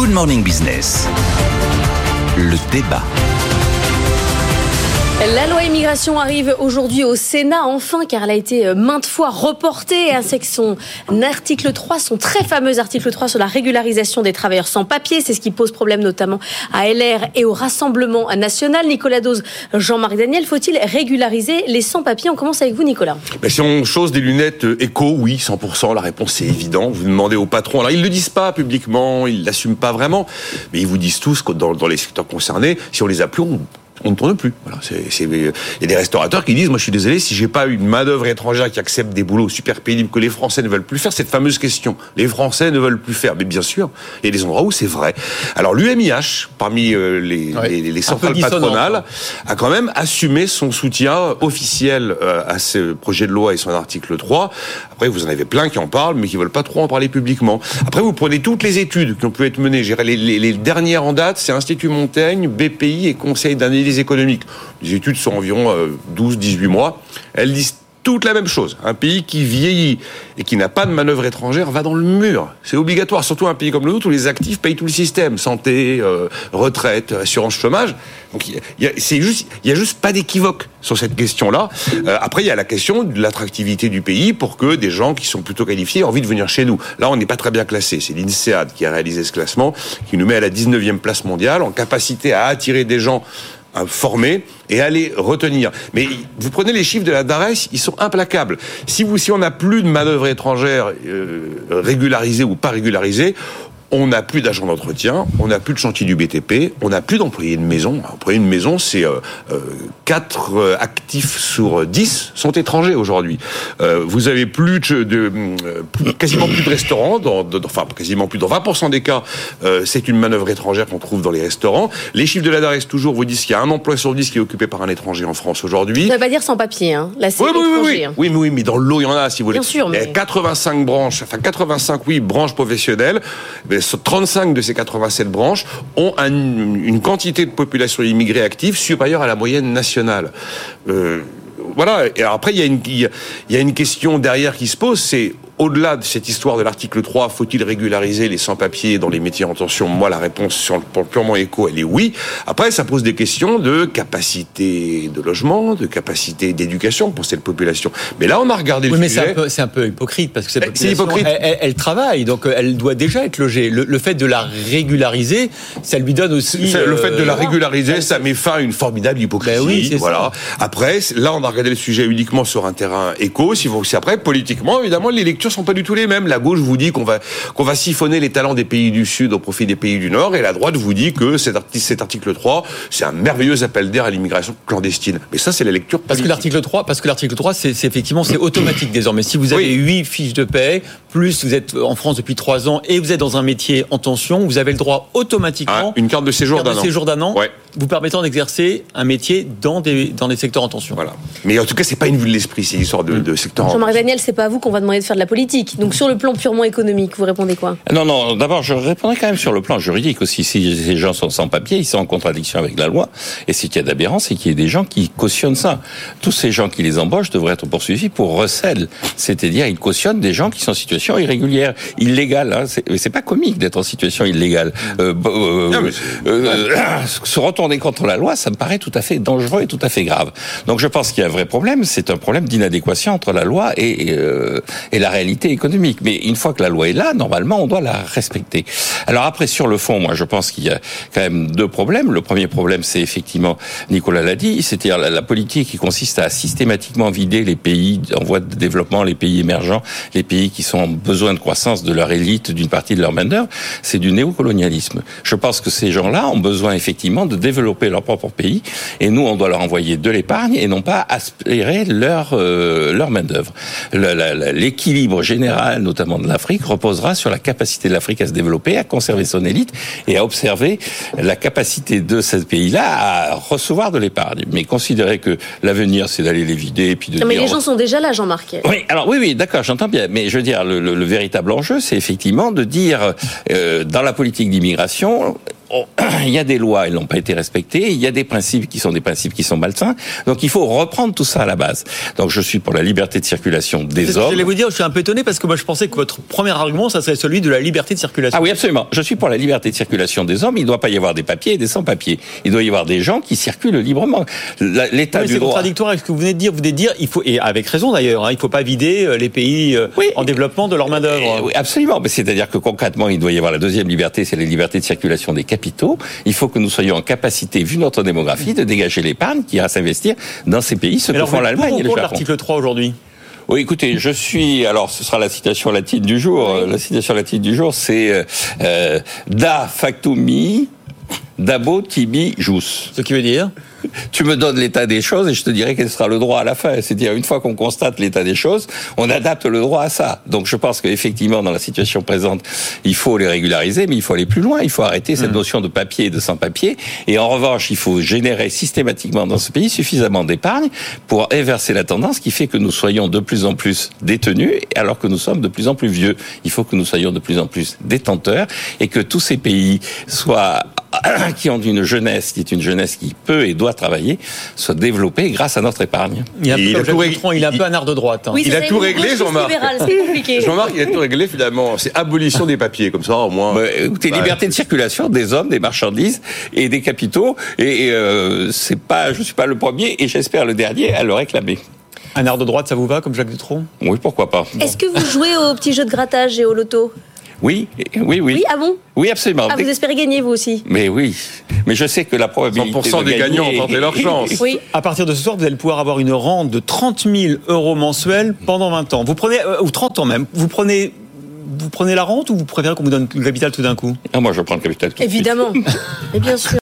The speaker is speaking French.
Good Morning Business. Le débat. La loi immigration arrive aujourd'hui au Sénat, enfin, car elle a été maintes fois reportée, ainsi que son article 3, son très fameux article 3 sur la régularisation des travailleurs sans papier. C'est ce qui pose problème notamment à LR et au Rassemblement national. Nicolas Dose, Jean-Marc Daniel, faut-il régulariser les sans-papiers? On commence avec vous, Nicolas. Si on chose des lunettes éco, oui, 100%, la réponse est évidente. Vous demandez au patron, alors ils ne le disent pas publiquement, ils ne l'assument pas vraiment, mais ils vous disent tous que dans les secteurs concernés, si on les a plus, on ne tourne plus. Voilà, il y a des restaurateurs qui disent, moi je suis désolé, si j'ai pas une main-d'œuvre étrangère qui accepte des boulots super pénibles que les Français ne veulent plus faire, cette fameuse question, les Français ne veulent plus faire. Mais bien sûr, il y a des endroits où c'est vrai. Alors l'UMIH, parmi les centrales patronales, a quand même assumé son soutien officiel à ce projet de loi et son article 3. Après, vous en avez plein qui en parlent, mais qui veulent pas trop en parler publiquement. Après, vous prenez toutes les études qui ont pu être menées. Les dernières en date, c'est Institut Montaigne, BPI et Conseil d'analyse économique. Les études sont environ 12-18 mois. Elles disent toute la même chose. Un pays qui vieillit et qui n'a pas de manœuvre étrangère va dans le mur. C'est obligatoire, surtout un pays comme le nôtre où les actifs payent tout le système. Santé, retraite, assurance chômage. Donc il y a juste pas d'équivoque sur cette question-là. Après, il y a la question de l'attractivité du pays pour que des gens qui sont plutôt qualifiés aient envie de venir chez nous. Là, on n'est pas très bien classé. C'est l'INSEAD qui a réalisé ce classement, qui nous met à la 19e place mondiale, en capacité à attirer des gens formés et à les retenir. Mais vous prenez les chiffres de la DARES, ils sont implacables. Si on n'a plus de manœuvre étrangère régularisée ou pas régularisée, on n'a plus d'agents d'entretien, on n'a plus de chantier du BTP, on n'a plus d'employés de maison. Employés de maison, c'est 4 actifs sur 10 sont étrangers aujourd'hui. Vous avez quasiment plus de restaurants, quasiment plus dans 20% des cas, c'est une manœuvre étrangère qu'on trouve dans les restaurants. Les chiffres de la DARES toujours vous disent qu'il y a un emploi sur 10 qui est occupé par un étranger en France aujourd'hui. Ça ne veut pas dire sans papier, hein. Là, c'est étranger. Oui, mais dans le lot, il y en a, si vous voulez. Bien sûr, mais... Il y a 85 branches professionnelles. 35 de ces 87 branches ont une quantité de population immigrée active supérieure à la moyenne nationale. Voilà. Et après, il y a une question derrière qui se pose, c'est au-delà de cette histoire de l'article 3, faut-il régulariser les sans-papiers dans les métiers en tension? Moi, la réponse pour le purement éco, elle est oui. Après, ça pose des questions de capacité de logement, de capacité d'éducation pour cette population. Mais là, on a regardé le sujet. Mais c'est un peu hypocrite, parce que cette population, elle travaille, donc elle doit déjà être logée. Le fait de la régulariser, ça lui donne aussi... Le fait de la régulariser, ça met fin à une formidable hypocrisie. Oui, voilà. Après, là, on a regardé le sujet uniquement sur un terrain éco. Si après, politiquement, évidemment, les lectures sont pas du tout les mêmes. La gauche vous dit qu'on va siphonner les talents des pays du Sud au profit des pays du Nord, et la droite vous dit que cet article 3, c'est un merveilleux appel d'air à l'immigration clandestine. Mais ça, c'est la lecture politique. Parce que l'article 3, c'est effectivement, c'est automatique désormais. Si vous avez 8 fiches de paie, plus vous êtes en France depuis 3 ans et vous êtes dans un métier en tension, vous avez le droit automatiquement une carte de séjour d'un an. Vous permettant d'exercer un métier dans des secteurs en tension. Voilà. Mais en tout cas, c'est pas une vue de l'esprit, c'est une histoire de secteur en tension. Jean-Marc Daniel, c'est pas à vous qu'on va demander de faire de la politique. Donc sur le plan purement économique, vous répondez quoi? Non, d'abord, je répondrai quand même sur le plan juridique aussi. Si ces gens sont sans papier, ils sont en contradiction avec la loi. Et ce qu'il y a d'aberrant, c'est qu'il y ait des gens qui cautionnent ça. Tous ces gens qui les embauchent devraient être poursuivis pour recel. C'est-à-dire, ils cautionnent des gens qui sont en situation irrégulière, illégale. Hein. C'est pas comique d'être en situation illégale. Se retourner contre la loi, ça me paraît tout à fait dangereux et tout à fait grave. Donc je pense qu'il y a un vrai problème, c'est un problème d'inadéquation entre la loi et la réalité économique. Mais une fois que la loi est là, normalement, on doit la respecter. Alors après, sur le fond, moi, je pense qu'il y a quand même 2 problèmes. Le premier problème, c'est effectivement, Nicolas l'a dit, c'est-à-dire la politique qui consiste à systématiquement vider les pays en voie de développement, les pays émergents, les pays qui sont en besoin de croissance de leur élite, d'une partie de leur main-d'œuvre, c'est du néocolonialisme. Je pense que ces gens-là ont besoin effectivement de développer leur propre pays, et nous, on doit leur envoyer de l'épargne et non pas aspirer leur main-d'œuvre. L'équilibre général, notamment de l'Afrique, reposera sur la capacité de l'Afrique à se développer, à conserver son élite et à observer la capacité de ce pays-là à recevoir de l'épargne. Mais considérer que l'avenir, c'est d'aller les vider et puis de dire... Mais les gens sont déjà là, Jean-Marc. Oui, d'accord, j'entends bien. Mais je veux dire, le véritable enjeu, c'est effectivement de dire, dans la politique d'immigration, il y a des lois, elles n'ont pas été respectées. Il y a des principes qui sont malsains. Donc il faut reprendre tout ça à la base. Donc je suis pour la liberté de circulation des hommes. Je voulais vous dire, je suis un peu étonné parce que moi je pensais que votre premier argument, ça serait celui de la liberté de circulation. Ah oui, absolument. Je suis pour la liberté de circulation des hommes. Il ne doit pas y avoir des papiers et des sans-papiers. Il doit y avoir des gens qui circulent librement. L'état du c'est droit. Contradictoire avec ce que vous venez de dire. Vous venez de dire, il faut, et avec raison d'ailleurs, il ne faut pas vider les pays en développement de leur main-d'œuvre. Oui, absolument. Mais c'est-à-dire que concrètement, il doit y avoir la deuxième liberté, c'est la liberté de circulation des capitaux. Il faut que nous soyons en capacité, vu notre démographie, de dégager l'épargne qui ira s'investir dans ces pays, ce que font l'Allemagne et le Japon. L'article 3 aujourd'hui. Oui, écoutez, alors ce sera la citation latine du jour. Oui. La citation latine du jour, c'est da factum mi, dabo tibi jus. Ce qui veut dire? Tu me donnes l'état des choses et je te dirai quel sera le droit à la fin. C'est-à-dire, une fois qu'on constate l'état des choses, on adapte le droit à ça. Donc je pense qu'effectivement, dans la situation présente, il faut les régulariser, mais il faut aller plus loin. Il faut arrêter cette notion de papier et de sans-papier. Et en revanche, il faut générer systématiquement dans ce pays suffisamment d'épargne pour inverser la tendance qui fait que nous soyons de plus en plus détenus alors que nous sommes de plus en plus vieux. Il faut que nous soyons de plus en plus détenteurs et que tous ces pays qui ont une jeunesse, qui est une jeunesse qui peut et doit travailler, soient développés grâce à notre épargne. Il a un peu un art de droite. Oui, il a tout réglé, Jean-Marc. C'est compliqué. Jean-Marc, il a tout réglé finalement. C'est abolition des papiers, comme ça au moins. Écoutez, liberté de circulation des hommes, des marchandises et des capitaux. Et je suis pas le premier et j'espère le dernier à le réclamer. Un art de droite, ça vous va comme Jacques Dutronc? Oui, pourquoi pas. Est-ce que vous jouez au petit jeu de grattage et au loto? Oui. Oui, ah bon? Oui, absolument. Ah, vous espérez gagner, vous aussi? Mais oui. Mais je sais que la probabilité 100% des gagnants ont tenté leur chance. Oui. À partir de ce soir, vous allez pouvoir avoir une rente de 30 000 € mensuels pendant 20 ans. Vous prenez, ou 30 ans même, vous prenez la rente ou vous préférez qu'on vous donne le capital tout d'un coup? Moi, je prends le capital tout de suite. Évidemment. Et bien sûr.